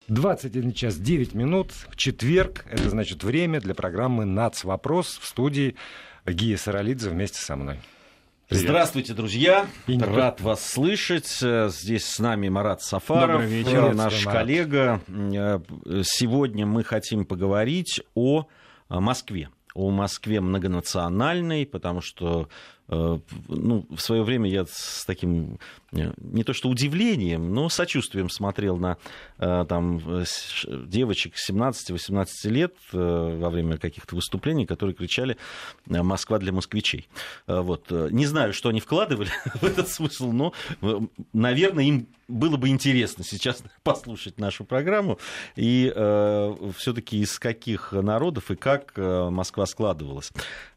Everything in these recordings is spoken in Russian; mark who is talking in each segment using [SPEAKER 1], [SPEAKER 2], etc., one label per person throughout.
[SPEAKER 1] 21 час 9 минут, четверг, это значит время для программы «Нацвопрос» в студии Гия Саралидзе вместе со мной. Привет.
[SPEAKER 2] Здравствуйте, друзья, рад вас слышать. Здесь с нами Марат Сафаров, наш коллега. Сегодня мы хотим поговорить о Москве. О Москве многонациональной, потому что в свое время я с таким, не то что удивлением, но сочувствием смотрел на девочек 17-18 лет во время каких-то выступлений, которые кричали «Москва для москвичей». Вот. Не знаю, что они вкладывали в этот смысл, но, наверное, им было бы интересно сейчас послушать нашу программу и все-таки из каких народов и как Москва складывалась.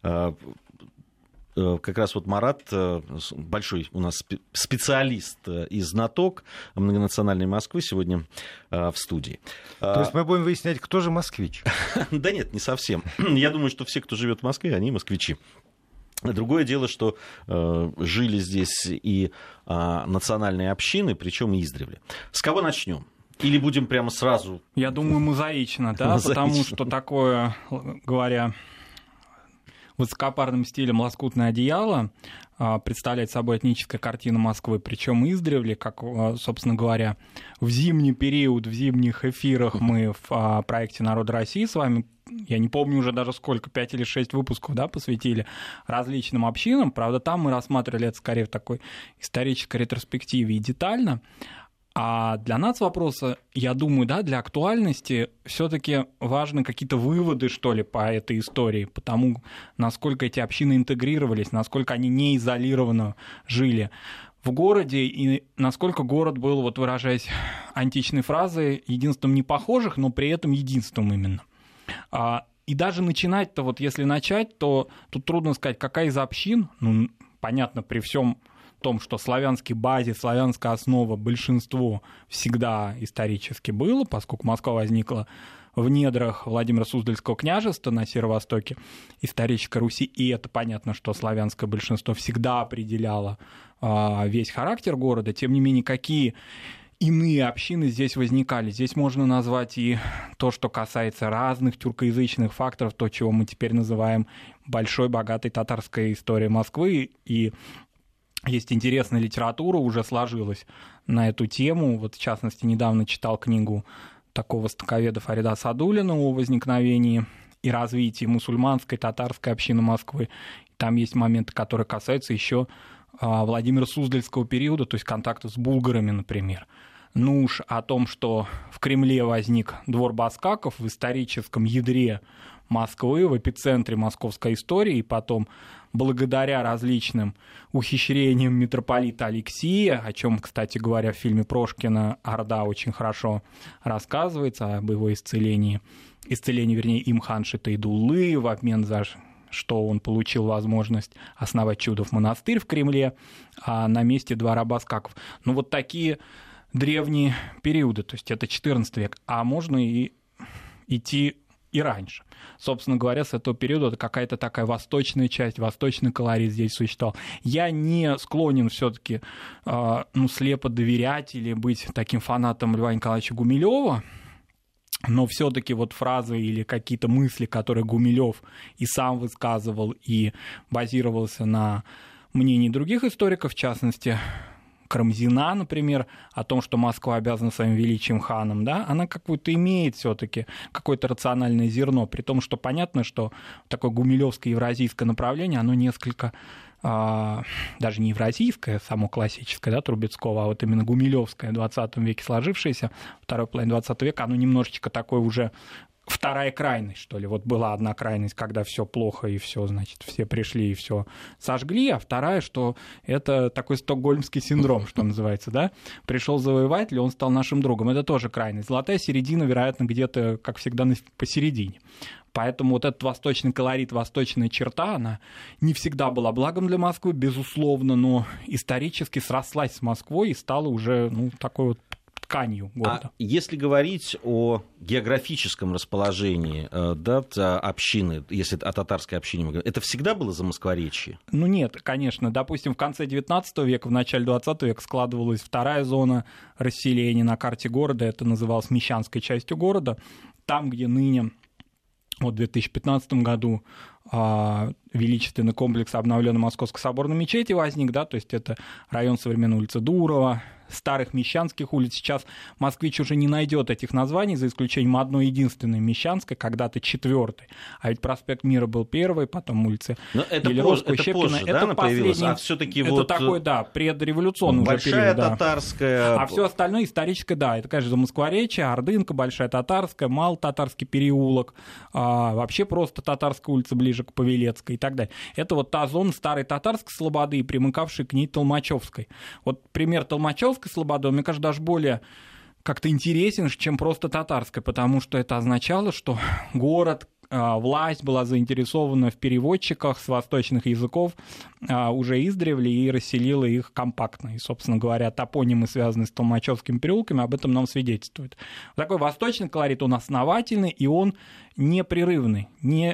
[SPEAKER 2] Как раз вот Марат, большой у нас специалист и знаток многонациональной Москвы, сегодня в студии.
[SPEAKER 1] То есть мы будем выяснять, кто же москвич?
[SPEAKER 2] Да нет, не совсем. Я думаю, что все, кто живет в Москве, они москвичи. Другое дело, что жили здесь и национальные общины, причем издревле. С кого начнем? Или будем прямо сразу?
[SPEAKER 3] Я думаю, мозаично, да, потому что такое, говоря высокопарным стилем «Лоскутное одеяло» представляет собой этническая картина Москвы, причем издревле, как, собственно говоря, в зимний период, в зимних эфирах мы в проекте «Народы России» с вами, я не помню уже даже сколько, 5 или 6 выпусков, да, посвятили различным общинам. Правда, там мы рассматривали это скорее в такой исторической ретроспективе и детально. А для нас вопроса, я думаю, да, для актуальности все-таки важны какие-то выводы, что ли, по этой истории, потому насколько эти общины интегрировались, насколько они не изолированно жили в городе, и насколько город был, вот выражаясь античной фразой, единством непохожих, но при этом единством именно. И даже начинать-то, вот если начать, то тут трудно сказать, какая из общин, ну, понятно, при всем том, что славянский базис, славянская основа большинство всегда исторически было, поскольку Москва возникла в недрах Владимира Суздальского княжества на северо-востоке исторической Руси, и это понятно, что славянское большинство всегда определяло весь характер города. Тем не менее, какие иные общины здесь возникали? Здесь можно назвать и то, что касается разных тюркоязычных факторов, то, чего мы теперь называем большой, богатой татарской историей Москвы, и есть интересная литература, уже сложилась на эту тему. Вот, в частности, недавно читал книгу такого востоковеда Фарида Садулина о возникновении и развитии мусульманской, татарской общины Москвы. Там есть моменты, которые касаются еще Владимира Суздальского периода, то есть контактов с булгарами, например. Ну уж о том, что в Кремле возник двор баскаков в историческом ядре Москвы, в эпицентре московской истории, и потом, благодаря различным ухищрениям митрополита Алексия, о чем, кстати говоря, в фильме Прошкина «Орда» очень хорошо рассказывается, об его исцелении, вернее, им ханши Тайдуллы, в обмен за что он получил возможность основать Чудов монастырь в Кремле на месте двора баскаков. Ну вот такие древние периоды, то есть это XIV век, а можно и идти и раньше. Собственно говоря, с этого периода это какая-то такая восточная часть, восточный колорит здесь существовал. Я не склонен все-таки слепо доверять или быть таким фанатом Льва Николаевича Гумилева, но все-таки вот фразы или какие-то мысли, которые Гумилев и сам высказывал, и базировался на мнении других историков, в частности, Карамзина, например, о том, что Москва обязана своим величием ханом, да, она какую-то имеет все-таки какое-то рациональное зерно, при том, что понятно, что такое гумилевское евразийское направление, оно несколько, даже не евразийское, само классическое, да, Трубецкого, а вот именно гумилевское в 20 веке сложившееся, второй половине 20 века, оно немножечко такое уже вторая крайность, что ли. Вот была одна крайность, когда все плохо и все, значит, все пришли и все сожгли, а вторая, что это такой стокгольмский синдром, что называется, да. Пришел завоеватель, он стал нашим другом. Это тоже крайность. Золотая середина, вероятно, где-то, как всегда, посередине. Поэтому вот этот восточный колорит, восточная черта, она не всегда была благом для Москвы, безусловно, но исторически срослась с Москвой и стала уже, такой вот тканью города.
[SPEAKER 2] А если говорить о географическом расположении общины, если о татарской общине мы говорим, это всегда было Замоскворечье?
[SPEAKER 3] Ну нет, конечно. Допустим, в конце XIX века, в начале XX века складывалась вторая зона расселения на карте города, это называлось Мещанской частью города, там, где ныне, в 2015 году, величественный комплекс обновленной Московской соборной мечети возник, да, то есть это район современной улицы Дурова, старых мещанских улиц. Сейчас москвич уже не найдет этих названий, за исключением одной единственной Мещанской, когда-то 4-й. А ведь проспект Мира был 1-й, потом улица Елеровского, Щепкина.
[SPEAKER 2] Позже,
[SPEAKER 3] это
[SPEAKER 2] да,
[SPEAKER 3] последний,
[SPEAKER 2] а все-таки
[SPEAKER 3] это
[SPEAKER 2] вот
[SPEAKER 3] такой, да, предреволюционный
[SPEAKER 2] большая
[SPEAKER 3] уже период.
[SPEAKER 2] Большая татарская.
[SPEAKER 3] А все остальное историческое, да, это, конечно, Замоскворечье, Ордынка, Большая Татарская, Малотатарский переулок, вообще просто Татарская улица ближе к Павелецкой и так далее. Это вот та зона старой Татарской слободы, примыкавшей к ней Толмачевской. Вот пример Толмачевской слободы, мне кажется, даже более как-то интересен, чем просто татарская, потому что это означало, что город, власть была заинтересована в переводчиках с восточных языков уже издревле и расселила их компактно. И, собственно говоря, топонимы, связанные с Толмачевскими переулками, об этом нам свидетельствуют. Такой восточный колорит, он основательный, и он непрерывный.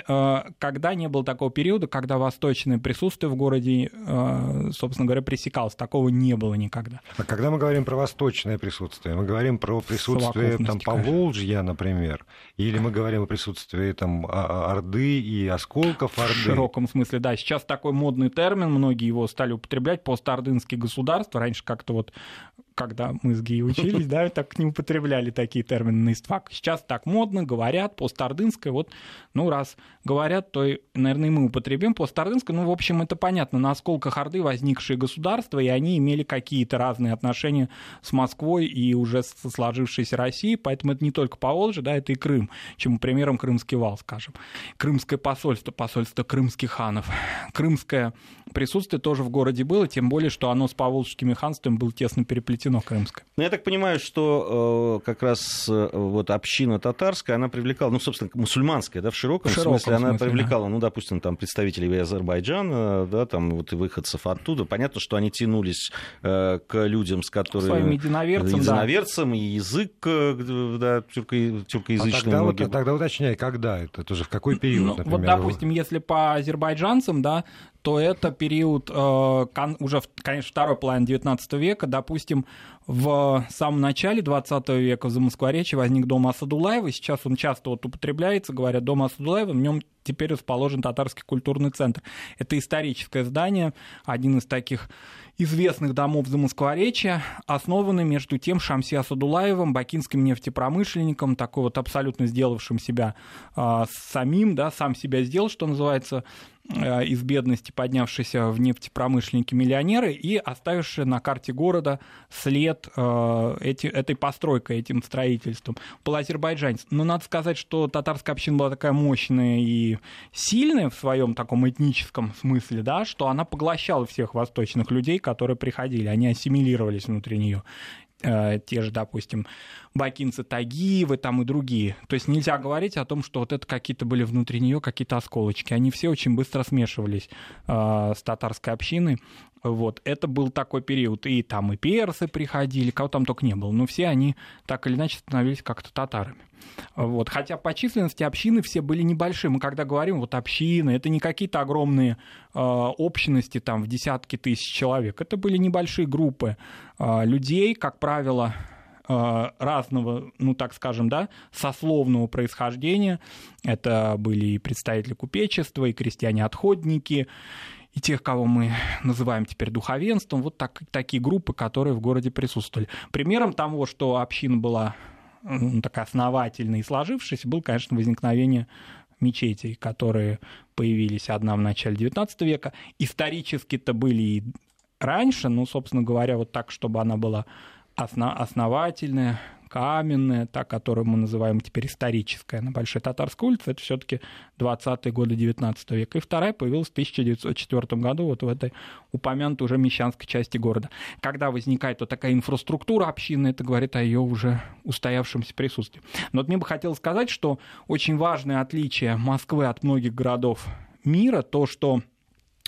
[SPEAKER 3] Когда не было такого периода, когда восточное присутствие в городе, собственно говоря, пресекалось. Такого не было никогда.
[SPEAKER 1] А когда мы говорим про восточное присутствие, мы говорим про присутствие там, Поволжья, например, или мы говорим о присутствии там, Орды и осколков Орды?
[SPEAKER 3] В широком смысле, да. Сейчас такой модный термин, многие его стали употреблять, постордынские государства. Раньше как-то вот, когда мы с ГИИ учились, да, так не употребляли такие термины на ИСТФАК. Сейчас так модно, говорят, постордынское. Вот, ну, раз говорят, то, наверное, и мы употребим постордынское. Ну, в общем, это понятно. На осколках Орды возникшие государства, и они имели какие-то разные отношения с Москвой и уже со сложившейся Россией. Поэтому это не только Поволжье, да, это и Крым. Чему примером Крымский вал, скажем. Крымское посольство, посольство крымских ханов. Крымское присутствие тоже в городе было, тем более, что оно с поволжскими ханствами было тесно переплетено, крымское.
[SPEAKER 2] Ну, я так понимаю, что как раз вот община татарская, она привлекала, ну, собственно, мусульманская, да, в широком смысле, она привлекала, да, ну, допустим, там, представителей Азербайджана, да, там, вот, и выходцев оттуда. Понятно, что они тянулись к людям, с которыми...
[SPEAKER 3] Своим единоверцам,
[SPEAKER 2] да. И язык, да, тюркоязычный.
[SPEAKER 1] А тогда уточняй, когда это? Это же в какой период, например?
[SPEAKER 3] Вот, допустим, если по азербайджанцам, да, то это период уже, конечно, второй половины XIX века. Допустим, в самом начале XX века в Замоскворечье возник дом Асадулаева. Сейчас он часто вот употребляется, говорят, дом Асадулаева, в нем теперь расположен татарский культурный центр. Это историческое здание, один из таких известных домов Замоскворечья, основанный, между тем, Шамси Асадулаевым, бакинским нефтепромышленником, такой вот абсолютно сделавшим себя самим, да, сам себя сделал, что называется, из бедности поднявшийся в нефтепромышленники-миллионеры и оставившие на карте города след этой постройкой, этим строительством. Был азербайджанец. Но надо сказать, что татарская община была такая мощная и сильная в своем таком этническом смысле, да, что она поглощала всех восточных людей, которые приходили. Они ассимилировались внутри нее. Те же, допустим, бакинцы Тагиевы там и другие. То есть нельзя говорить о том, что вот это какие-то были внутри нее какие-то осколочки. Они все очень быстро смешивались с татарской общиной. Вот. Это был такой период. И там и персы приходили, кого там только не было. Но все они так или иначе становились как-то татарами. Вот. Хотя по численности общины все были небольшие. Мы когда говорим вот общины, это не какие-то огромные общности там, в десятки тысяч человек. Это были небольшие группы людей, как правило, разного, ну так скажем, да, сословного происхождения. Это были и представители купечества, и крестьяне-отходники, и тех, кого мы называем теперь духовенством. Вот такие группы, которые в городе присутствовали. Примером того, что община была такая основательная и сложившаяся, было, конечно, возникновение мечетей, которые появились одна в начале XIX века. Исторически-то были и раньше, но, собственно говоря, вот так, чтобы она была основательная, каменная, та, которую мы называем теперь историческая, на Большой Татарской улице, это все-таки 20-е годы XIX века. И вторая появилась в 1904 году вот в этой упомянутой уже мещанской части города. Когда возникает вот такая инфраструктура общины, это говорит о ее уже устоявшемся присутствии. Но вот мне бы хотелось сказать, что очень важное отличие Москвы от многих городов мира, то, что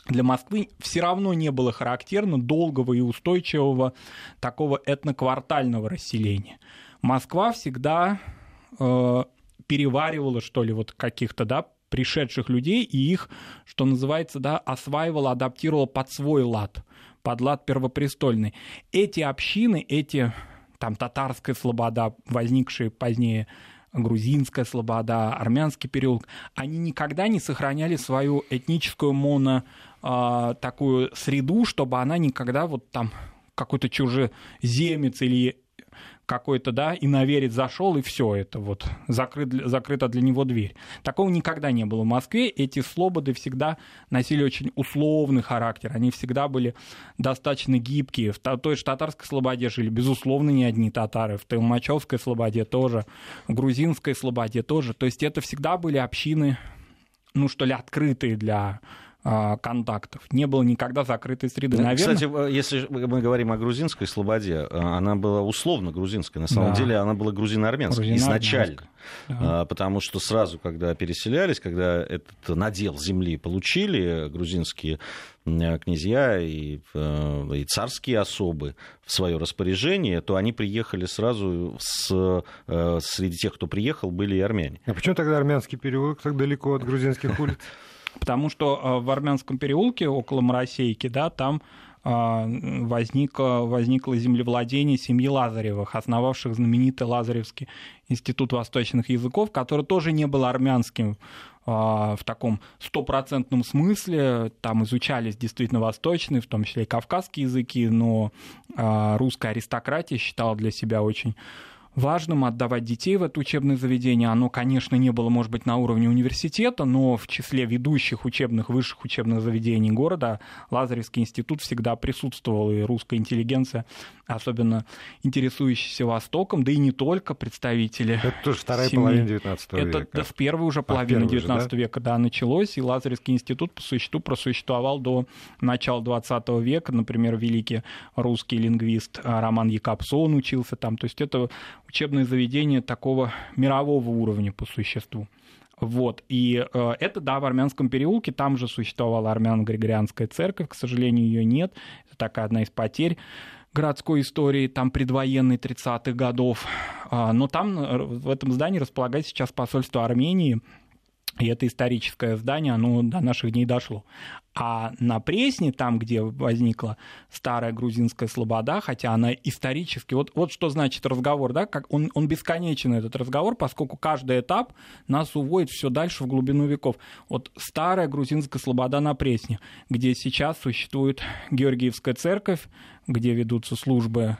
[SPEAKER 3] для Москвы все равно не было характерно долгого и устойчивого такого этноквартального расселения. Москва всегда переваривала, что ли, вот каких-то, да, пришедших людей и их, что называется, да, осваивала, адаптировала под свой лад, под лад первопрестольный. Эти общины, эти, там, татарская слобода, возникшие позднее, грузинская слобода, армянский переулок, они никогда не сохраняли свою этническую такую среду, чтобы она никогда вот там какой-то чужеземец или какой-то, да, иноверец зашел, и все это вот закрыта для него дверь. Такого никогда не было в Москве. Эти слободы всегда носили очень условный характер. Они всегда были достаточно гибкие. В той же татарской слободе жили, безусловно, не одни татары. В Толмачевской слободе тоже, в грузинской слободе тоже. То есть это всегда были общины, ну что ли, открытые для контактов. Не было никогда закрытой среды. Наверное...
[SPEAKER 2] Кстати, если мы говорим о грузинской слободе, она была условно грузинской. На самом деле она была грузино-армянской изначально. Да. Потому что сразу, когда переселялись, когда этот надел земли получили грузинские князья и царские особы в свое распоряжение, то они приехали сразу, среди тех, кто приехал, были и армяне.
[SPEAKER 1] А почему тогда армянский переулок так далеко от грузинских улиц?
[SPEAKER 3] Потому что в Армянском переулке, около Моросейки, да, там возникло землевладение семьи Лазаревых, основавших знаменитый Лазаревский институт восточных языков, который тоже не был армянским в таком стопроцентном смысле. Там изучались действительно восточные, в том числе и кавказские языки, но русская аристократия считала для себя очень важным отдавать детей в это учебное заведение. Оно, конечно, не было, может быть, на уровне университета, но в числе ведущих высших учебных заведений города Лазаревский институт всегда присутствовал, и русская интеллигенция, особенно интересующаяся Востоком, да и не только представители.
[SPEAKER 1] Это тоже вторая половина XIX века.
[SPEAKER 3] Это с первой уже половины XIX века, да, началось, и Лазаревский институт по существу просуществовал до начала XX века. Например, великий русский лингвист Роман Якобсон учился там. То есть это учебное заведение такого мирового уровня по существу. Вот. И это, да, в Армянском переулке, там же существовала армяно-григорианская церковь, к сожалению, ее нет. Это такая одна из потерь городской истории, там предвоенной 30-х годов. Но там, в этом здании, располагается сейчас посольство Армении, и это историческое здание, оно до наших дней дошло. А на Пресне, там, где возникла старая грузинская слобода, хотя она исторически... Вот что значит разговор, да? Он бесконечен, этот разговор, поскольку каждый этап нас уводит все дальше в глубину веков. Вот старая грузинская слобода на Пресне, где сейчас существует Георгиевская церковь, где ведутся службы,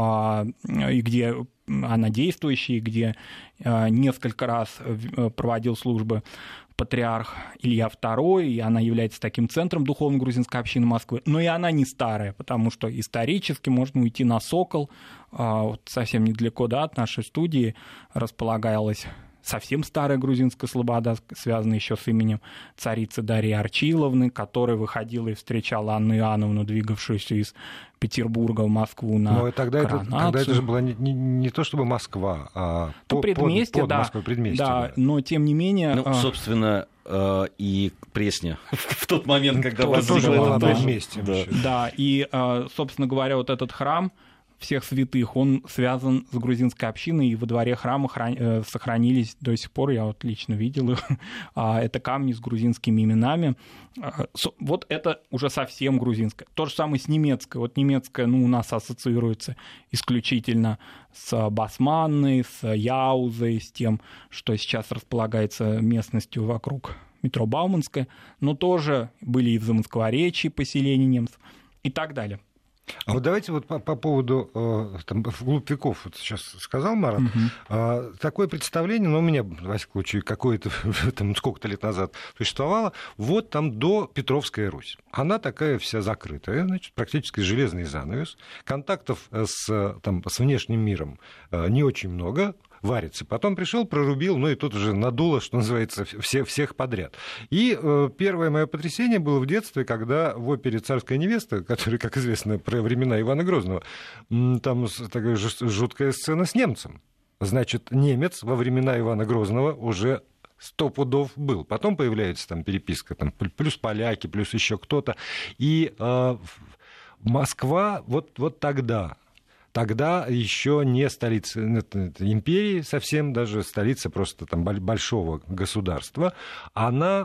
[SPEAKER 3] и где она действующая, где несколько раз проводил службы патриарх Илья II, и она является таким центром духовной грузинской общины Москвы. Но и она не старая, потому что исторически можно уйти на Сокол. Вот совсем недалеко, да, от нашей студии располагалась совсем старая грузинская слобода, связанная еще с именем царицы Дарьи Арчиловны, которая выходила и встречала Анну Иоанновну, двигавшуюся из Петербурга в Москву на коронацию.
[SPEAKER 1] Тогда это же была не то чтобы Москва, а
[SPEAKER 3] предместье,
[SPEAKER 1] под
[SPEAKER 3] да,
[SPEAKER 1] Москвой, предместье.
[SPEAKER 3] Да, но тем не менее...
[SPEAKER 2] Ну, собственно, и Пресня в тот момент, когда
[SPEAKER 1] возникла это предместье.
[SPEAKER 3] Да, и, собственно говоря, вот этот храм всех святых, он связан с грузинской общиной, и во дворе храма сохранились до сих пор, я вот лично видел их, это камни с грузинскими именами. Вот это уже совсем грузинское. То же самое с немецкой. Вот немецкая, у нас ассоциируется исключительно с Басманной, с Яузой, с тем, что сейчас располагается местностью вокруг метро Бауманская, но тоже были и в Замоскворечье поселения немцев и так далее.
[SPEAKER 1] А вот давайте вот по поводу вглубь веков, вот сейчас сказал Марат, такое представление, у меня, во всяком случае, какое-то сколько-то лет назад существовало, вот там до Петровская Русь. Она такая вся закрытая, значит, практически железный занавес, контактов с внешним миром не очень много, варится. Потом пришел, прорубил, и тут уже надуло, что называется, всех подряд. И первое мое потрясение было в детстве, когда в опере «Царская невеста», которая, как известно, про времена Ивана Грозного, там такая жуткая сцена с немцем. Значит, немец во времена Ивана Грозного уже 100 пудов был. Потом появляется там переписка, там, плюс поляки, плюс еще кто-то. И Москва вот тогда еще не столица империи совсем, даже столица просто там большого государства, она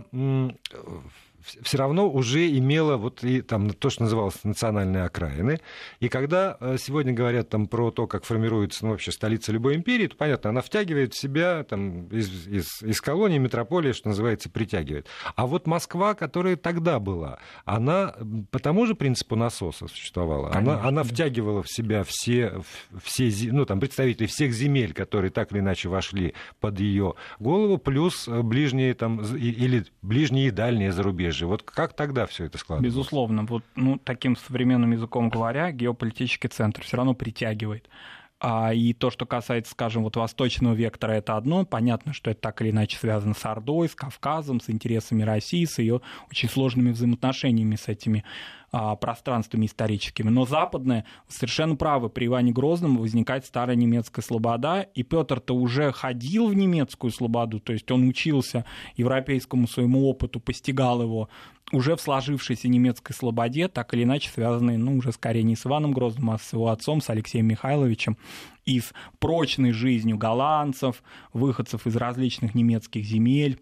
[SPEAKER 1] все равно уже имела вот и там то, что называлось национальные окраины. И когда сегодня говорят там про то, как формируется вообще столица любой империи, то понятно, она втягивает в себя там, из колонии, метрополии, что называется, притягивает. А вот Москва, которая тогда была, она по тому же принципу насоса существовала. Она втягивала в себя все там, представители всех земель, которые так или иначе вошли под ее голову, плюс ближние там, или ближние и дальние зарубежья. Вот как тогда все это складывалось?
[SPEAKER 3] Безусловно. Вот, таким современным языком говоря, геополитический центр все равно притягивает. И то, что касается, скажем, вот восточного вектора, это одно. Понятно, что это так или иначе связано с Ордой, с Кавказом, с интересами России, с ее очень сложными взаимоотношениями с этими пространствами историческими. Но западное, совершенно правы, при Иване Грозном возникает старая немецкая слобода, и Петр-то уже ходил в немецкую слободу, то есть он учился европейскому своему опыту, постигал его уже в сложившейся немецкой слободе, так или иначе связанной, уже скорее не с Иваном Грозным, а с его отцом, с Алексеем Михайловичем, и с прочной жизнью голландцев, выходцев из различных немецких земель,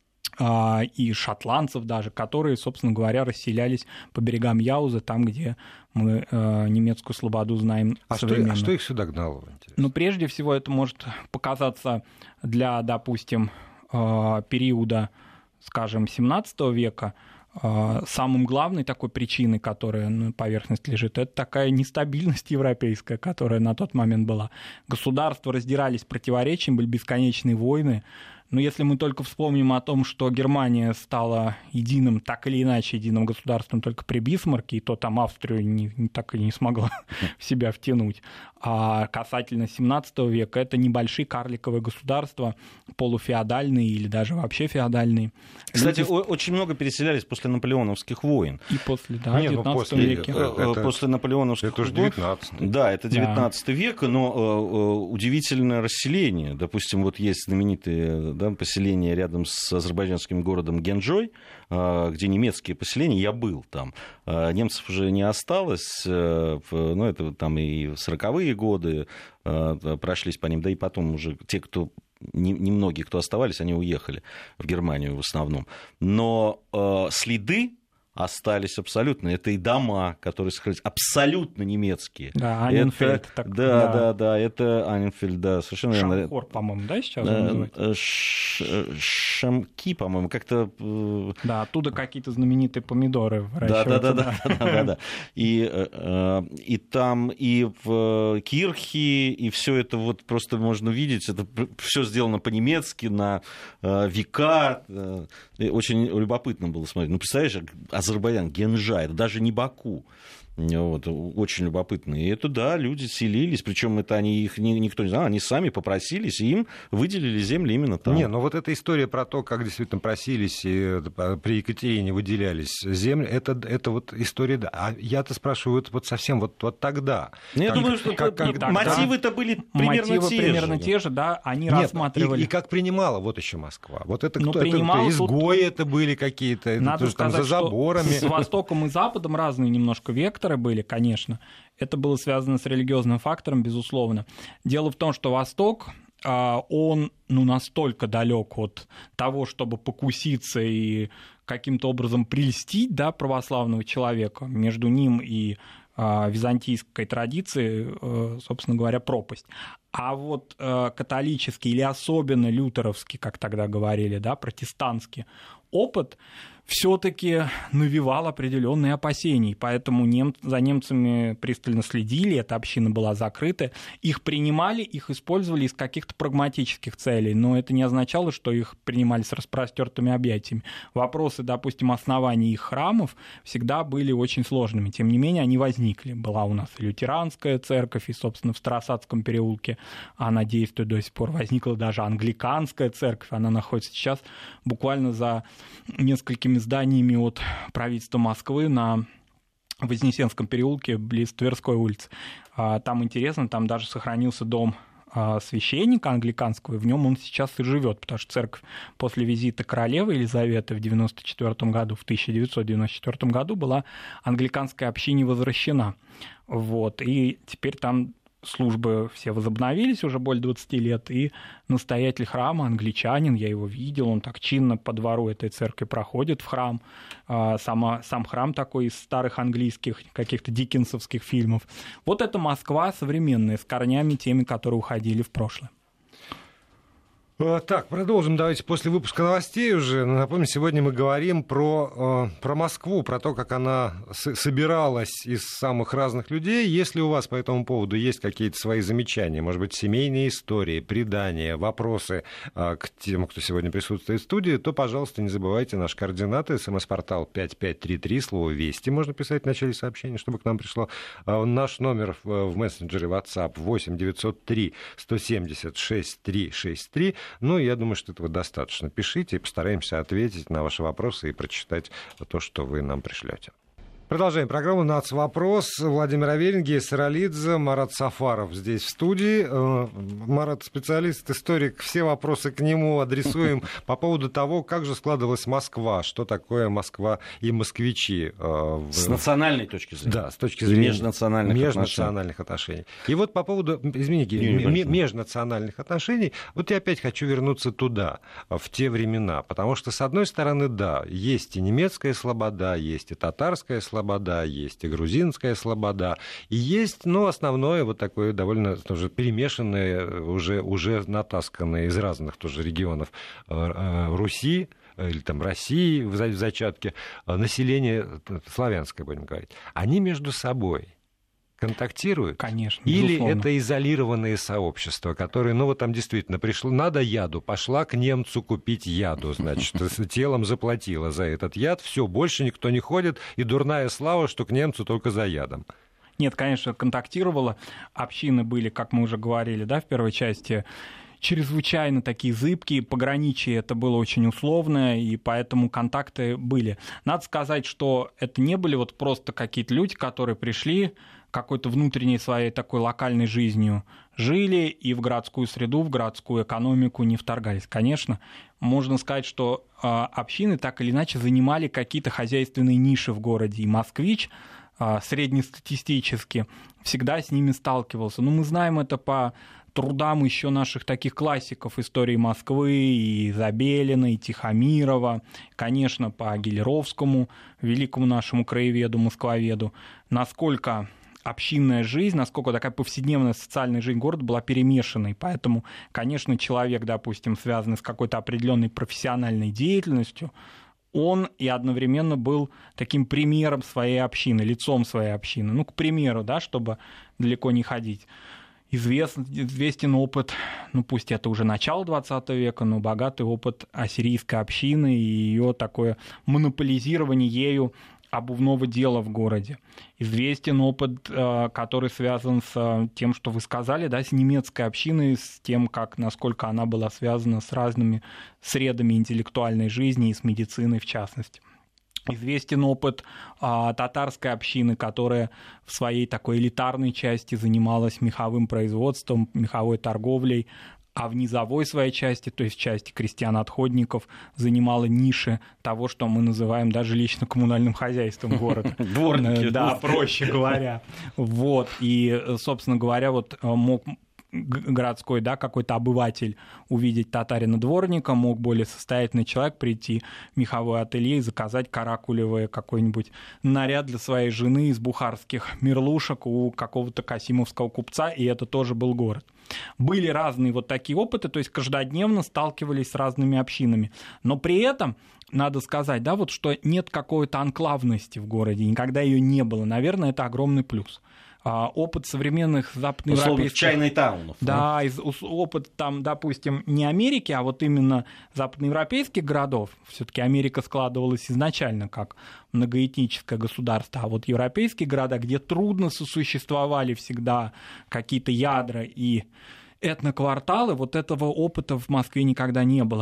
[SPEAKER 3] и шотландцев даже, которые, собственно говоря, расселялись по берегам Яузы, там, где мы немецкую слободу знаем современно.
[SPEAKER 1] А что их сюда гнало?
[SPEAKER 3] Прежде всего, это может показаться для, допустим, периода, скажем, XVII века, самым главной такой причиной, которая на поверхности лежит, это такая нестабильность европейская, которая на тот момент была. Государства раздирались противоречиями, были бесконечные войны. Но если мы только вспомним о том, что Германия стала единым, так или иначе, единым государством только при Бисмарке, и то там Австрию так и не смогла в себя втянуть. А касательно XVII века, это небольшие карликовые государства, полуфеодальные или даже вообще феодальные.
[SPEAKER 2] Кстати, очень много переселялись после наполеоновских войн.
[SPEAKER 3] И после, да, XIX веке.
[SPEAKER 2] После наполеоновских войн.
[SPEAKER 1] Это уже 19 век.
[SPEAKER 2] Да, это 19 век, но удивительное расселение. Допустим, вот есть знаменитые поселения рядом с азербайджанским городом Генджой, где немецкие поселения, я был там. Немцев уже не осталось, это там и в 40-е годы прошлись по ним, да и потом уже те, кто немногие, кто оставались, они уехали в Германию в основном. Но следы остались абсолютно. Это и дома, которые сохранились, абсолютно немецкие.
[SPEAKER 3] Да, Анненфельд.
[SPEAKER 2] Это Анненфельд, да, совершенно верно.
[SPEAKER 3] Шамхор, по-моему, да, сейчас называется?
[SPEAKER 2] Шамки, по-моему, как-то...
[SPEAKER 3] Да, оттуда какие-то знаменитые помидоры выращиваются.
[SPEAKER 2] Да. И там, и в Кирхе, и все это вот просто можно видеть, это все сделано по-немецки, на века. Очень любопытно было смотреть. Представляешь, Азербайджан, Генджа, это даже не Баку. Очень любопытно. И это, да, люди селились, причем это их никто не знал, они сами попросились, и им выделили земли именно там.
[SPEAKER 1] Вот эта история про то, как действительно просились и при Екатерине выделялись земли, это вот история, да. А я-то спрашиваю, вот совсем вот тогда.
[SPEAKER 2] Я думаю, что мотивы-то были примерно
[SPEAKER 3] те же, да, они рассматривали.
[SPEAKER 1] И как принимала вот еще Москва. Вот это кто? Это изгои это были какие-то, это тоже там за заборами.
[SPEAKER 3] С Востоком и Западом разные немножко векторы были, конечно. Это было связано с религиозным фактором, безусловно. Дело в том, что Восток, он настолько далек от того, чтобы покуситься и каким-то образом прельстить, да, православного человека. Между ним и византийской традицией, собственно говоря, пропасть. А вот католический или особенно лютеровский, как тогда говорили, да, протестантский опыт все-таки навевал определенные опасения, поэтому за немцами пристально следили, эта община была закрыта, их принимали, их использовали из каких-то прагматических целей, но это не означало, что их принимали с распростертыми объятиями. Вопросы, допустим, основания их храмов всегда были очень сложными, тем не менее они возникли. Была у нас и лютеранская церковь, и, собственно, в Старосадском переулке она действует до сих пор, возникла даже англиканская церковь, она находится сейчас буквально за несколькими зданиями от правительства Москвы на Вознесенском переулке близ Тверской улицы. Там интересно, там даже сохранился дом священника англиканского, и в нем он сейчас и живет, потому что церковь после визита королевы Елизаветы в 1994 году была англиканской общине возвращена. Вот, и теперь там службы все возобновились уже более 20 лет, и настоятель храма, англичанин, я его видел, он так чинно по двору этой церкви проходит в храм, сам храм такой из старых английских каких-то диккенсовских фильмов. Вот это Москва современная, с корнями теми, которые уходили в прошлое.
[SPEAKER 1] Так, продолжим давайте после выпуска новостей уже. Напомню, сегодня мы говорим про Москву, про то, как она собиралась из самых разных людей. Если у вас по этому поводу есть какие-то свои замечания, может быть, семейные истории, предания, вопросы к тем, кто сегодня присутствует в студии, то, пожалуйста, не забывайте наши координаты. СМС-портал 5533, слово «Вести» можно писать в начале сообщения, чтобы к нам пришло. Наш номер в мессенджере WhatsApp 8 903 170 6363. Ну, я думаю, что этого достаточно. Пишите, и постараемся ответить на ваши вопросы и прочитать то, что вы нам пришлете. Продолжаем программу «Нацвопрос». Владимир Аверин, Гея Саралидзе, Марат Сафаров здесь в студии. Марат специалист, историк, все вопросы к нему адресуем по поводу того, как же складывалась Москва, что такое Москва и москвичи.
[SPEAKER 2] С национальной точки зрения.
[SPEAKER 1] Да, с точки зрения
[SPEAKER 2] межнациональных
[SPEAKER 1] отношений. И вот по поводу, межнациональных отношений, вот я опять хочу вернуться туда, в те времена, потому что, с одной стороны, да, есть и немецкая слобода, есть и татарская слобода, есть и грузинская слобода, и есть, основное вот такое довольно тоже перемешанное, уже натасканное из разных тоже регионов Руси, или там России в зачатке, население славянское, будем говорить. Они между собой контактируют?
[SPEAKER 3] Конечно,
[SPEAKER 1] или
[SPEAKER 3] безусловно.
[SPEAKER 1] это изолированные сообщества, которые, там действительно пришло, надо яду, пошла к немцу купить яду, значит, телом заплатила за этот яд, все, больше никто не ходит, и дурная слава, что к немцу только за ядом.
[SPEAKER 3] Нет, конечно, контактировала. Общины были, как мы уже говорили, в первой части, чрезвычайно такие зыбкие, пограничье это было очень условное, и поэтому контакты были. Надо сказать, что это не были просто какие-то люди, которые пришли, какой-то внутренней своей такой локальной жизнью жили и в городскую среду, в городскую экономику не вторгались. Конечно, можно сказать, что общины так или иначе занимали какие-то хозяйственные ниши в городе, и москвич среднестатистически всегда с ними сталкивался. Мы знаем это по трудам еще наших таких классиков истории Москвы, и Забелина, и Тихомирова, конечно, по Гелеровскому, великому нашему краеведу, москвоведу, насколько общинная жизнь, насколько такая повседневная социальная жизнь города была перемешанной. Поэтому, конечно, человек, допустим, связанный с какой-то определенной профессиональной деятельностью, он и одновременно был таким примером своей общины, лицом своей общины. К примеру, чтобы далеко не ходить. Известен опыт, пусть это уже начало XX века, но богатый опыт ассирийской общины и ее такое монополизирование ею обувного дела в городе. Известен опыт, который связан с тем, что вы сказали, с немецкой общиной, с тем, насколько она была связана с разными средами интеллектуальной жизни и с медициной в частности. Известен опыт татарской общины, которая в своей такой элитарной части занималась меховым производством, меховой торговлей, а в низовой своей части, то есть части крестьян-отходников, занимала ниши того, что мы называем даже жилищно-коммунальным хозяйством города.
[SPEAKER 2] Дворники.
[SPEAKER 3] Да, проще говоря. И, собственно говоря, мог городской, какой-то обыватель увидеть татарина-дворника, мог более состоятельный человек прийти в меховое ателье и заказать каракулевый какой-нибудь наряд для своей жены из бухарских мерлушек у какого-то касимовского купца, и это тоже был город. Были разные такие опыты, то есть каждодневно сталкивались с разными общинами, но при этом надо сказать, что нет какой-то анклавности в городе, никогда ее не было, наверное, это огромный плюс. Опыт современных западноевропейских...
[SPEAKER 2] Чайнайтаунов.
[SPEAKER 3] Да, опыт допустим, не Америки, а именно западноевропейских городов. Все-таки Америка складывалась изначально как многоэтническое государство, а европейские города, где трудно сосуществовали всегда какие-то ядра и этнокварталы, этого опыта в Москве никогда не было.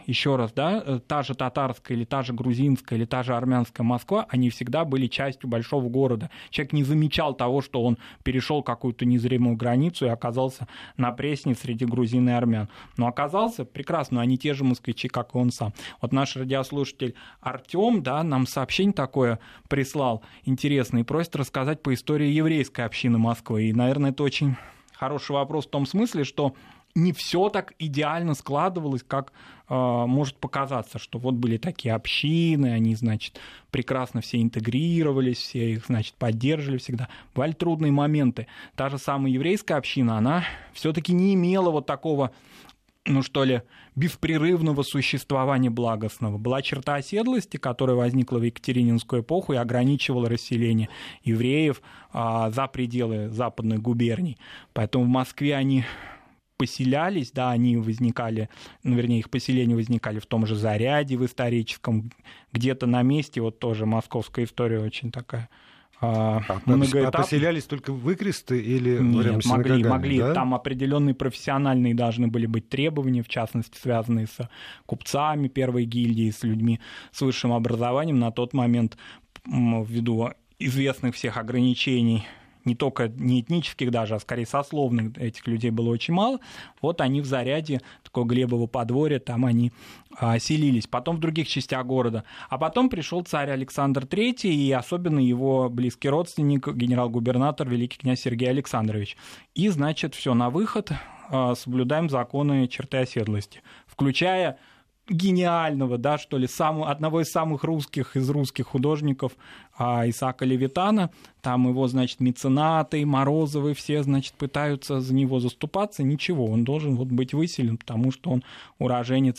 [SPEAKER 3] еще раз, да, та же татарская или та же грузинская или та же армянская Москва, они всегда были частью большого города. Человек не замечал того, что он перешел какую-то незримую границу и оказался на Пресне среди грузин и армян. Но оказался прекрасно, они те же москвичи, как и он сам. Вот наш радиослушатель Артём, да, нам сообщение такое прислал интересное и просит рассказать по истории еврейской общины Москвы. И, наверное, это очень хороший вопрос в том смысле, что не все так идеально складывалось, как может показаться, что вот были такие общины, они, значит, прекрасно все интегрировались, все их, значит, поддерживали всегда. Бывали трудные моменты. Та же самая еврейская община, она все-таки не имела вот такого, ну что ли, беспрерывного существования благостного. Была черта оседлости, которая возникла в Екатерининскую эпоху и ограничивала расселение евреев за пределы западных губерний. Поэтому в Москве они поселялись, да, они возникали, ну, вернее, их поселения возникали в том же Заряде, в историческом, где-то на месте, вот тоже московская история очень такая многоэтапная.
[SPEAKER 1] А поселялись только выкресты или
[SPEAKER 3] Нет, могли,
[SPEAKER 1] да?
[SPEAKER 3] Там определенные профессиональные должны были быть требования, в частности, связанные с купцами первой гильдии, с людьми с высшим образованием. На тот момент, ввиду известных всех ограничений, не только не этнических даже, а скорее сословных, этих людей было очень мало. Вот они в Заряде, такое Глебово подворье, там они селились. Потом в других частях города. А потом пришел царь Александр III и особенно его близкий родственник, генерал-губернатор, великий князь Сергей Александрович. И, значит, все на выход, соблюдаем законы черты оседлости, включая гениального, да, что ли, одного из самых русских из русских художников Исаака Левитана. Там его, значит, меценаты, Морозовы, все, значит, пытаются за него заступаться. Ничего, он должен вот быть выселен, потому что он уроженец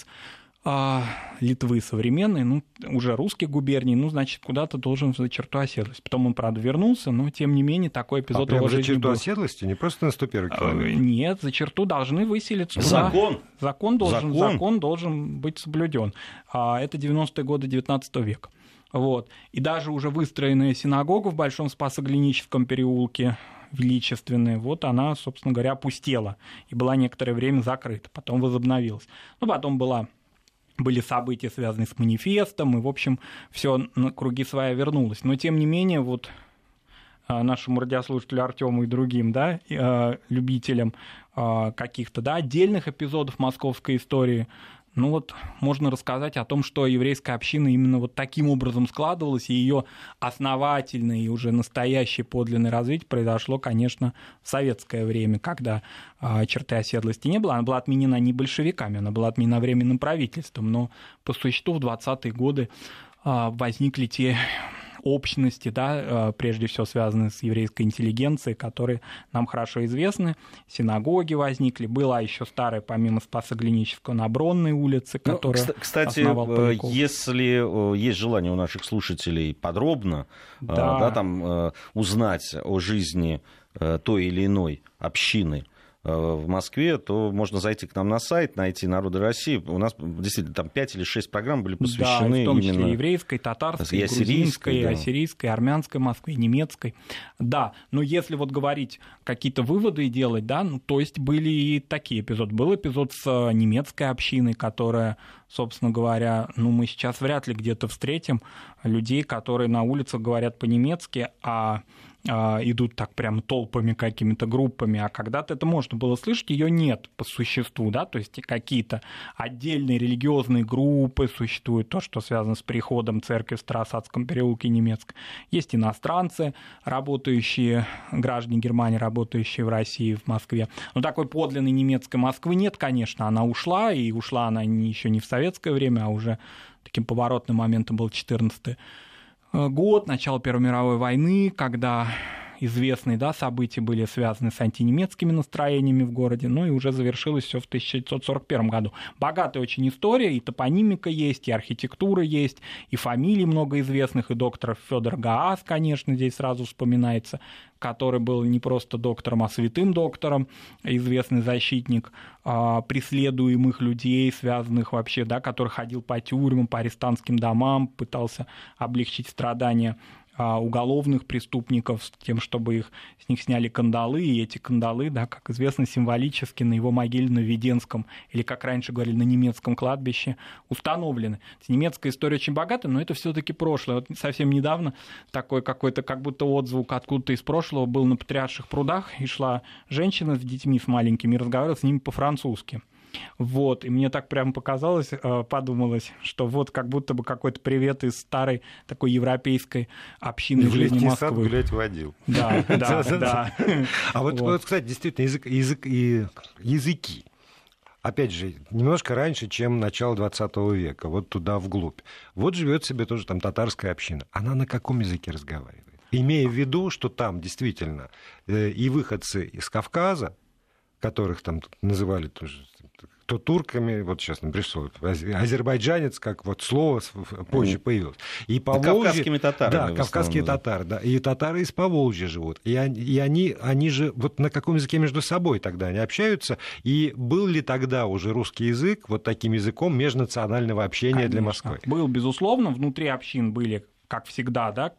[SPEAKER 3] Литвы современной, ну, уже русских губерний, ну, значит, куда-то должен за черту оседлости. Потом он, правда, вернулся, но, тем не менее, такой эпизод его жизни был.
[SPEAKER 1] За черту оседлости, не просто на 101 километр?
[SPEAKER 3] Нет, за черту должны выселиться. Закон должен быть соблюден. Это 90-е годы 19 века. Вот. И даже уже выстроенная синагога в Большом Спасоглиническом переулке, величественная, вот она, собственно говоря, опустела и была некоторое время закрыта, потом возобновилась. Ну, потом были события, связанные с манифестом, и, в общем, все на круги своя вернулось. Но, тем не менее, вот нашему радиослушателю Артему и другим, да, любителям каких-то, да, отдельных эпизодов московской истории, ну вот можно рассказать о том, что еврейская община именно вот таким образом складывалась, и ее основательное и уже настоящее подлинное развитие произошло, конечно, в советское время, когда черты оседлости не было. Она была отменена не большевиками, она была отменена временным правительством, но по существу в 20-е годы возникли те общности, да, прежде всего связанные с еврейской интеллигенцией, которые нам хорошо известны. Синагоги возникли. Была еще старая, помимо Спасоглинического, на Бронной улице, которая основал Поляков.
[SPEAKER 2] Если есть желание у наших слушателей подробно там, узнать о жизни той или иной общины в Москве, то можно зайти к нам на сайт, найти «Народы России». У нас действительно там 5 или 6 программ были посвящены
[SPEAKER 3] в том числе
[SPEAKER 2] именно
[SPEAKER 3] еврейской, татарской, грузинской, ассирийской, армянской Москве, немецкой. Да, но если вот говорить, какие-то выводы и делать, да, ну, то есть были и такие эпизоды. Был эпизод с немецкой общиной, которая, собственно говоря, ну, мы сейчас вряд ли где-то встретим людей, которые на улицах говорят по-немецки, идут так прям толпами, какими-то группами, а когда-то это можно было слышать, ее нет по существу, да, то есть какие-то отдельные религиозные группы существуют, то, что связано с приходом церкви в Страсатском переулке немецкой. Есть иностранцы, работающие, граждане Германии, работающие в России, в Москве. Но такой подлинной немецкой Москвы нет, конечно, она ушла, и ушла она еще не в советское время, а уже таким поворотным моментом был 14-й год, начало Первой мировой войны, когда известные, да, события были связаны с антинемецкими настроениями в городе, ну и уже завершилось все в 1941 году. Богатая очень история, и топонимика есть, и архитектура есть, и фамилий много известных, и доктор Федор Гаас, конечно, здесь сразу вспоминается, который был не просто доктором, а святым доктором, известный защитник преследуемых людей, связанных вообще, да, который ходил по тюрьмам, по арестантским домам, пытался облегчить страдания уголовных преступников с тем, чтобы с них сняли кандалы, и эти кандалы, да, как известно, символически на его могиле на Введенском, или, как раньше говорили, на немецком кладбище установлены. Немецкая история очень богата, но это все-таки прошлое. Вот совсем недавно такой какой-то как будто отзвук откуда-то из прошлого был на Патриарших прудах, и шла женщина с детьми, с маленькими, и разговаривала с ними по-французски. Вот, и мне так прямо показалось, подумалось, что вот как будто бы какой-то привет из старой такой европейской общины жизни Москвы.
[SPEAKER 1] Сад гулять водил.
[SPEAKER 3] Да.
[SPEAKER 1] А вот, кстати, действительно, языки. Опять же, немножко раньше, чем начало 20 века, вот туда вглубь. Вот живет себе тоже там татарская община. Она на каком языке разговаривает? Имея в виду, что там действительно и выходцы из Кавказа, которых там называли тоже то турками, вот сейчас нам пришло, азербайджанец, как вот слово позже появилось. И Поволжье,
[SPEAKER 2] кавказскими татарами.
[SPEAKER 1] Да, кавказские татары, да. И татары из Поволжья живут. И они же вот на каком языке между собой тогда они общаются? И был ли тогда уже русский язык вот таким языком межнационального общения? Конечно. Для Москвы?
[SPEAKER 3] Был, безусловно. Внутри общин были, как всегда, да,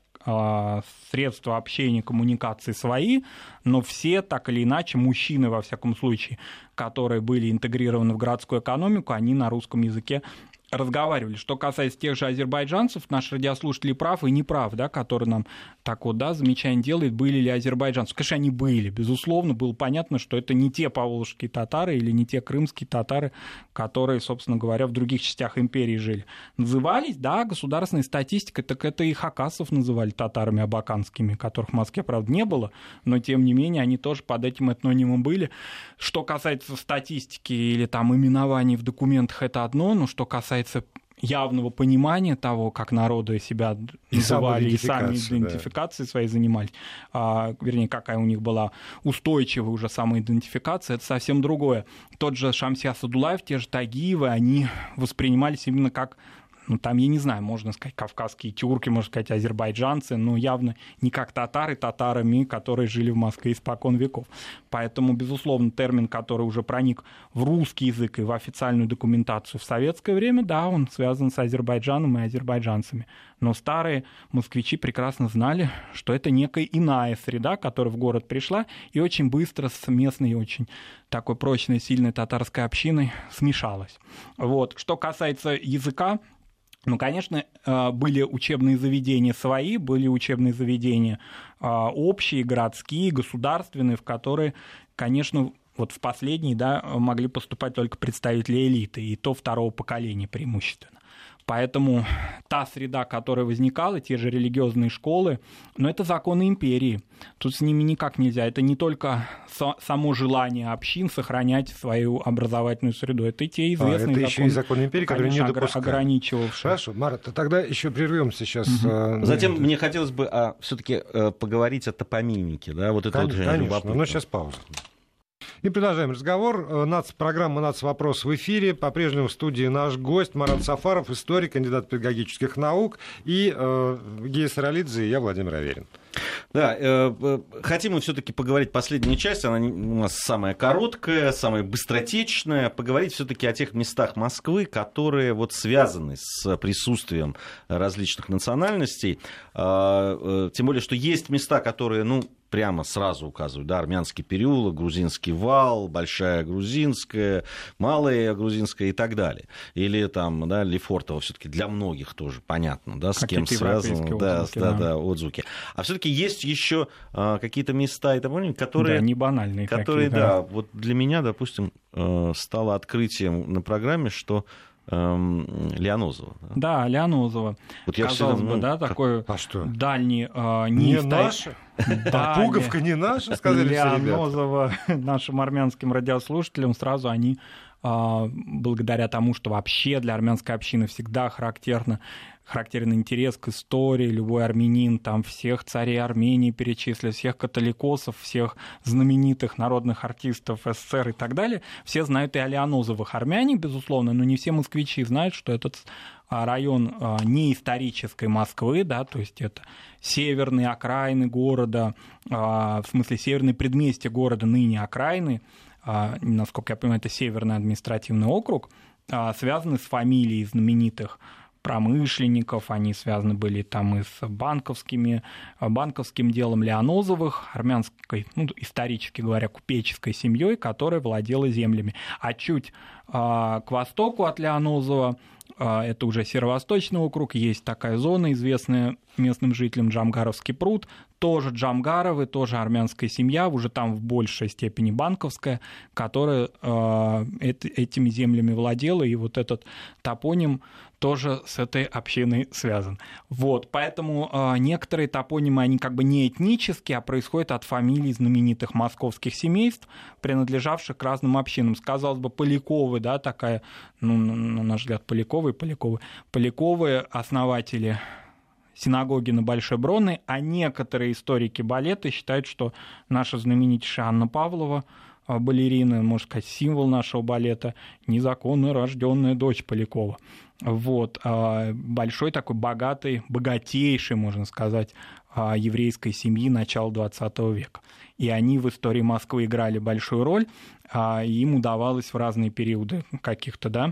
[SPEAKER 3] средства общения, коммуникации свои, но все, так или иначе, мужчины, во всяком случае, которые были интегрированы в городскую экономику, они на русском языке разговаривали. Что касается тех же азербайджанцев, наш радиослушатель прав и не прав, да, который нам так вот, да, замечание делает, были ли азербайджанцы. Конечно, они были, безусловно, было понятно, что это не те поволжские татары или не те крымские татары, которые, собственно говоря, в других частях империи жили. Назывались, да, государственной статистикой, так это и хакасов называли татарами абаканскими, которых в Москве, правда, не было, но, тем не менее, они тоже под этим этнонимом были. Что касается статистики или там именований в документах, это одно, но что касается явного понимания того, как народы себя называли и сами идентификации своей занимались, вернее, какая у них была устойчивая уже самоидентификация, это совсем другое. Тот же Шамсия Садулаев, те же Тагиевы, они воспринимались именно как, ну, там, я не знаю, можно сказать, кавказские тюрки, можно сказать, азербайджанцы, но явно не как татарами, которые жили в Москве испокон веков. Поэтому, безусловно, термин, который уже проник в русский язык и в официальную документацию в советское время, да, он связан с Азербайджаном и азербайджанцами. Но старые москвичи прекрасно знали, что это некая иная среда, которая в город пришла и очень быстро с местной, очень такой прочной, сильной татарской общиной смешалась. Вот. Что касается языка, ну, конечно, были учебные заведения свои, были учебные заведения общие, городские, государственные, в которые, конечно, вот в последние, да, могли поступать только представители элиты, и то второго поколения преимущественно. Поэтому та среда, которая возникала, те же религиозные школы, но это законы империи. Тут с ними никак нельзя. Это не только само желание общин сохранять свою образовательную среду. Это и те известные
[SPEAKER 1] законы. Это еще и законы империи, которые не допускают.
[SPEAKER 3] Ограничивавшие.
[SPEAKER 1] Хорошо, Марат, тогда еще прервемся сейчас.
[SPEAKER 2] Затем мне хотелось бы все-таки поговорить о топонимике. Да? Вот это
[SPEAKER 1] конечно, любопытно. Но сейчас пауза. И продолжаем разговор. Программа «Нацвопрос» в эфире. По-прежнему в студии наш гость Марат Сафаров, историк, кандидат педагогических наук, и Гея Саралидзе, и я, Владимир Аверин.
[SPEAKER 2] Да, хотим мы все-таки поговорить последняя часть, она у нас самая короткая, самая быстротечная, поговорить все-таки о тех местах Москвы, которые вот связаны с присутствием различных национальностей, тем более, что есть места, которые, ну, прямо сразу указывают, да, Армянский переулок, Грузинский вал, Большая Грузинская, Малая Грузинская и так далее. Или там, да, Лефортово все-таки для многих тоже понятно, да, с кем связаны, да, отзвуки. А все-таки есть еще какие-то места и тому, которые...
[SPEAKER 3] Да, не банальные
[SPEAKER 2] которые, такие, да, вот для меня, допустим, стало открытием на программе, что Лианозово.
[SPEAKER 3] Да, Лианозово. Вот казалось бы, да, такой дальний...
[SPEAKER 1] Не наше? Пуговка не наша, сказали все ребята.
[SPEAKER 3] Лианозово нашим армянским радиослушателям сразу они, благодаря тому, что вообще для армянской общины всегда характерен интерес к истории, любой армянин, там всех царей Армении перечислил, всех католикосов, всех знаменитых народных артистов СССР и так далее, все знают и о Лианозовых армяне, безусловно, но не все москвичи знают, что этот район не исторической Москвы, да, то есть это северные окраины города, в смысле северные предместья города, ныне окраины, насколько я понимаю, это Северный административный округ, связаны с фамилией знаменитых промышленников, они связаны были там и с банковским делом Лианозовых, армянской, исторически говоря, купеческой семьей, которая владела землями. А чуть к востоку от Лианозова, это уже Северо-Восточный округ, есть такая зона, известная местным жителям, Джамгаровский пруд, тоже Джамгаровы, тоже армянская семья, уже там в большей степени банковская, которая этими землями владела, и вот этот топоним тоже с этой общиной связан. Вот, поэтому некоторые топонимы, они как бы не этнические, а происходят от фамилий знаменитых московских семейств, принадлежавших к разным общинам. Казалось бы, Поляковы, да, такая, на наш взгляд, Поляковы основатели синагоги на Большой Бронной, а некоторые историки балета считают, что наша знаменитейшая Анна Павлова, балерина, можно сказать, символ нашего балета, незаконно рожденная дочь Полякова. Вот. Большой такой богатейший, можно сказать, еврейской семьи начала XX века. И они в истории Москвы играли большую роль, им удавалось в разные периоды каких-то, да,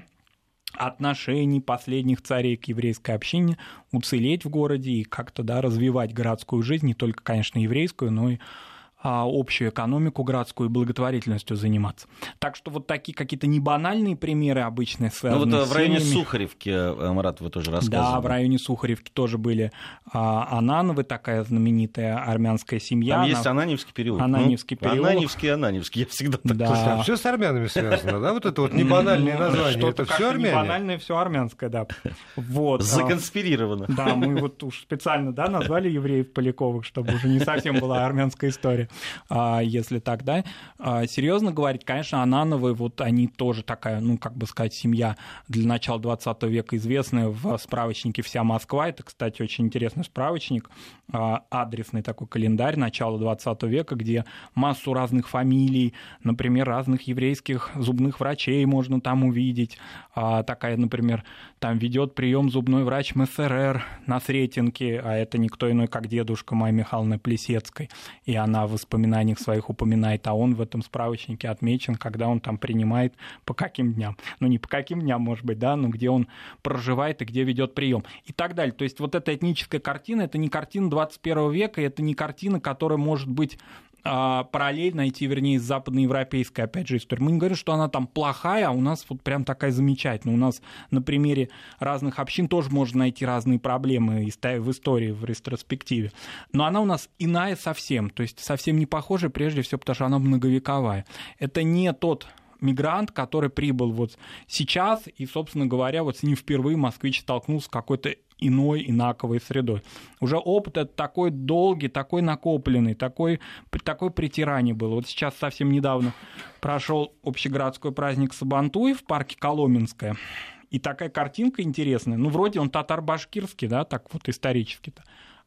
[SPEAKER 3] отношений последних царей к еврейской общине уцелеть в городе и как-то, да, развивать городскую жизнь, не только, конечно, еврейскую, но и общую экономику городскую и благотворительностью заниматься. Так что вот такие какие-то небанальные примеры обычные связаны с
[SPEAKER 2] в районе Сухаревки, Марат, вы тоже рассказывали.
[SPEAKER 3] Да, в районе Сухаревки тоже были Анановы, такая знаменитая армянская семья.
[SPEAKER 2] Там есть Ананьевский переулок.
[SPEAKER 3] Ананьевский переулок.
[SPEAKER 2] Ананьевский, я всегда так
[SPEAKER 3] да.
[SPEAKER 1] Все с армянами связано, да? Вот это вот небанальные названия, это все армяне?
[SPEAKER 3] Небанальное, все армянское, да. Вот.
[SPEAKER 2] Законспирировано.
[SPEAKER 3] Да, мы вот уж специально, да, назвали евреев Поляковых, чтобы уже не совсем была армянская история. Если так, да. Серьезно говорить, конечно, Анановы, вот они тоже такая, как бы сказать, семья для начала 20 века известная в справочнике «Вся Москва». Это, кстати, очень интересный справочник, адресный такой календарь начала 20 века, где массу разных фамилий, например, разных еврейских зубных врачей можно там увидеть. Такая, например, там ведет прием зубной врач МСРР на Сретенке, а это никто иной, как дедушка Майи Михайловны Плесецкой. И она в воспоминаниях своих упоминает, а он в этом справочнике отмечен, когда он там принимает, по каким дням. Не по каким дням, может быть, да, но где он проживает и где ведет прием. И так далее. То есть вот эта этническая картина, это не картина 21 века, это не картина, которая может быть параллельно идти, вернее, с западноевропейской, опять же, историей. Мы не говорим, что она там плохая, а у нас вот прям такая замечательная. У нас на примере разных общин тоже можно найти разные проблемы в истории, в ретроспективе. Но она у нас иная совсем, то есть совсем не похожая, прежде всего, потому что она многовековая. Это не тот мигрант, который прибыл вот сейчас, и, собственно говоря, вот с ним впервые москвич столкнулся с какой-то иной, инаковой средой. Уже опыт этот такой долгий, такой накопленный, такое притирание было. Вот сейчас совсем недавно прошел общегородской праздник Сабантуй в парке Коломенское, и такая картинка интересная. Вроде он татар-башкирский, да, так вот исторически-то.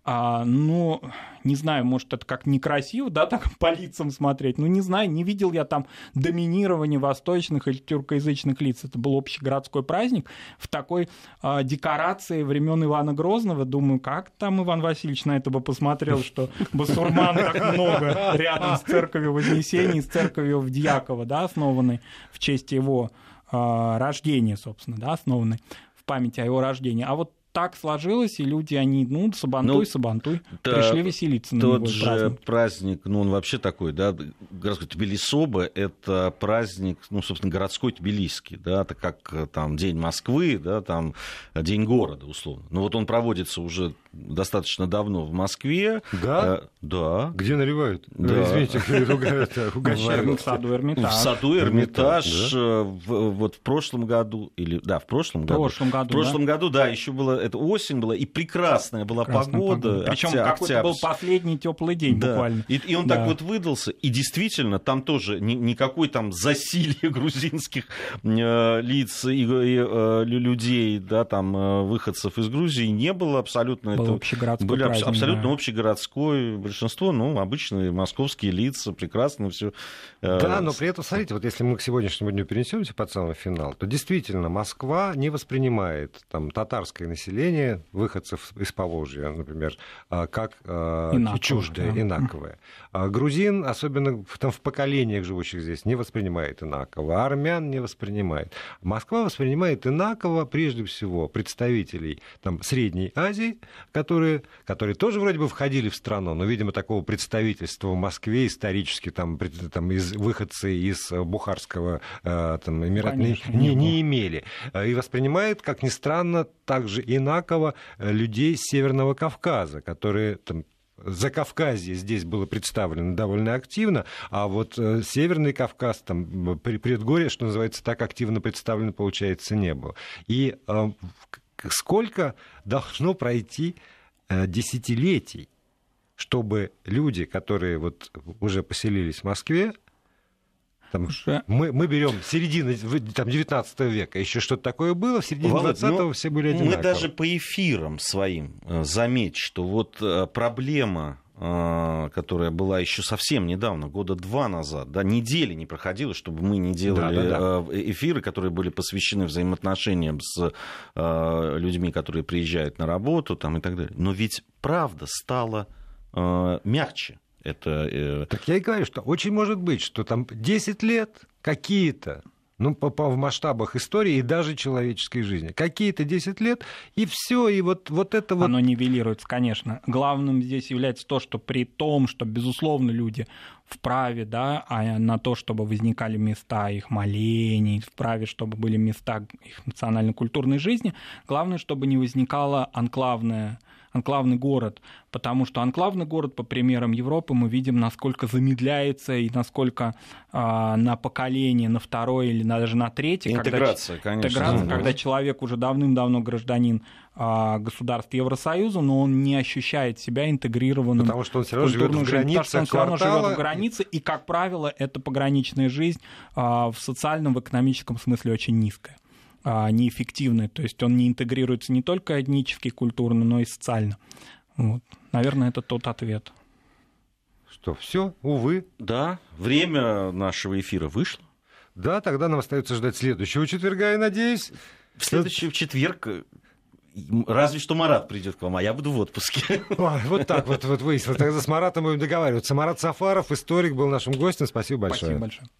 [SPEAKER 3] Не знаю, может, это как некрасиво, да, так по лицам смотреть, не знаю, не видел я там доминирования восточных или тюркоязычных лиц. Это был общегородской праздник в такой декорации времен Ивана Грозного. Думаю, как там Иван Васильевич на это бы посмотрел, что басурман так много рядом с церковью Вознесения, с церковью в Дьяково, да, основанной в честь его рождения, собственно, да, основанной в память о его рождении. А вот так сложилось, и люди, они, Сабантуй, пришли веселиться на
[SPEAKER 2] тот же праздник, он вообще такой, да, городской Тбилисоба, это праздник, собственно, городской тбилисский, да, это как там День Москвы, да, там День города, условно. Вот он проводится уже достаточно давно в Москве.
[SPEAKER 1] Да?
[SPEAKER 2] Да.
[SPEAKER 1] Где наливают?
[SPEAKER 2] Да.
[SPEAKER 1] Извините, угощают.
[SPEAKER 3] В саду Эрмитаж.
[SPEAKER 2] В саду Эрмитаж. Вот в прошлом году, в прошлом году, да, еще было, это осень была, и прекрасная была погода.
[SPEAKER 3] Причем какой-то был последний теплый день буквально.
[SPEAKER 2] И он так вот выдался, и действительно, там тоже никакой там засилья грузинских лиц и людей, да, там выходцев из Грузии не было абсолютно.
[SPEAKER 3] был общегородской
[SPEAKER 2] были
[SPEAKER 3] праздник,
[SPEAKER 2] абсолютно общегородское большинство, обычные московские лица, прекрасно все.
[SPEAKER 1] Да, но при этом, смотрите, вот если мы к сегодняшнему дню перенесемся под самый финал, то действительно Москва не воспринимает там татарское население, выходцев из Поволжья, например, как чуждое, инаковое. Грузин, особенно там, в поколениях живущих здесь, не воспринимает инаково, армян не воспринимает. Москва воспринимает инаково, прежде всего, представителей там, Средней Азии, которые тоже вроде бы входили в страну, но, видимо, такого представительства в Москве исторически там, выходцы из Бухарского Эмирата не имели. И воспринимает, как ни странно, также инаково людей с Северного Кавказа, которые там, Закавказье здесь было представлено довольно активно, а вот Северный Кавказ, там, предгорье, что называется, так активно представлено, получается, не было. И сколько должно пройти десятилетий, чтобы люди, которые вот уже поселились в Москве, там, мы берем середину там, 19 века, еще что-то такое было, в середине 20-го все были одинаковые.
[SPEAKER 2] Мы даже по эфирам своим заметь, что вот проблема, которая была еще совсем недавно, года 2 назад, да, недели не проходило, чтобы мы не делали эфиры, которые были посвящены взаимоотношениям с людьми, которые приезжают на работу там, и так далее. Но ведь правда стала мягче.
[SPEAKER 1] Так я и говорю, что очень может быть, что там 10 лет какие-то, в масштабах истории и даже человеческой жизни, какие-то 10 лет, и все, и вот это вот...
[SPEAKER 3] Оно нивелируется, конечно. Главным здесь является то, что при том, что, безусловно, люди вправе, да, на то, чтобы возникали места их молений, вправе, чтобы были места их национально-культурной жизни, главное, чтобы не возникало анклавный город, потому что анклавный город, по примерам Европы, мы видим, насколько замедляется и насколько на поколение, на второе или даже на третье, когда человек уже давным-давно гражданин государств Евросоюза, но он не ощущает себя интегрированным.
[SPEAKER 1] Потому что он все равно живет в границах квартала.
[SPEAKER 3] И, как правило, эта пограничная жизнь в социальном, в экономическом смысле очень низкая, неэффективный, то есть он не интегрируется не только этнически, культурно, но и социально. Вот. Наверное, это тот ответ.
[SPEAKER 1] Что, все, увы.
[SPEAKER 2] Да, время нашего эфира вышло.
[SPEAKER 1] Да, тогда нам остается ждать следующего четверга, я надеюсь.
[SPEAKER 2] В следующий четверг разве что Марат придет к вам, а я буду в отпуске.
[SPEAKER 1] Вот так вот выяснилось. Тогда с Маратом будем договариваться. Марат Сафаров, историк, был нашим гостем. Спасибо большое.
[SPEAKER 3] Спасибо большое.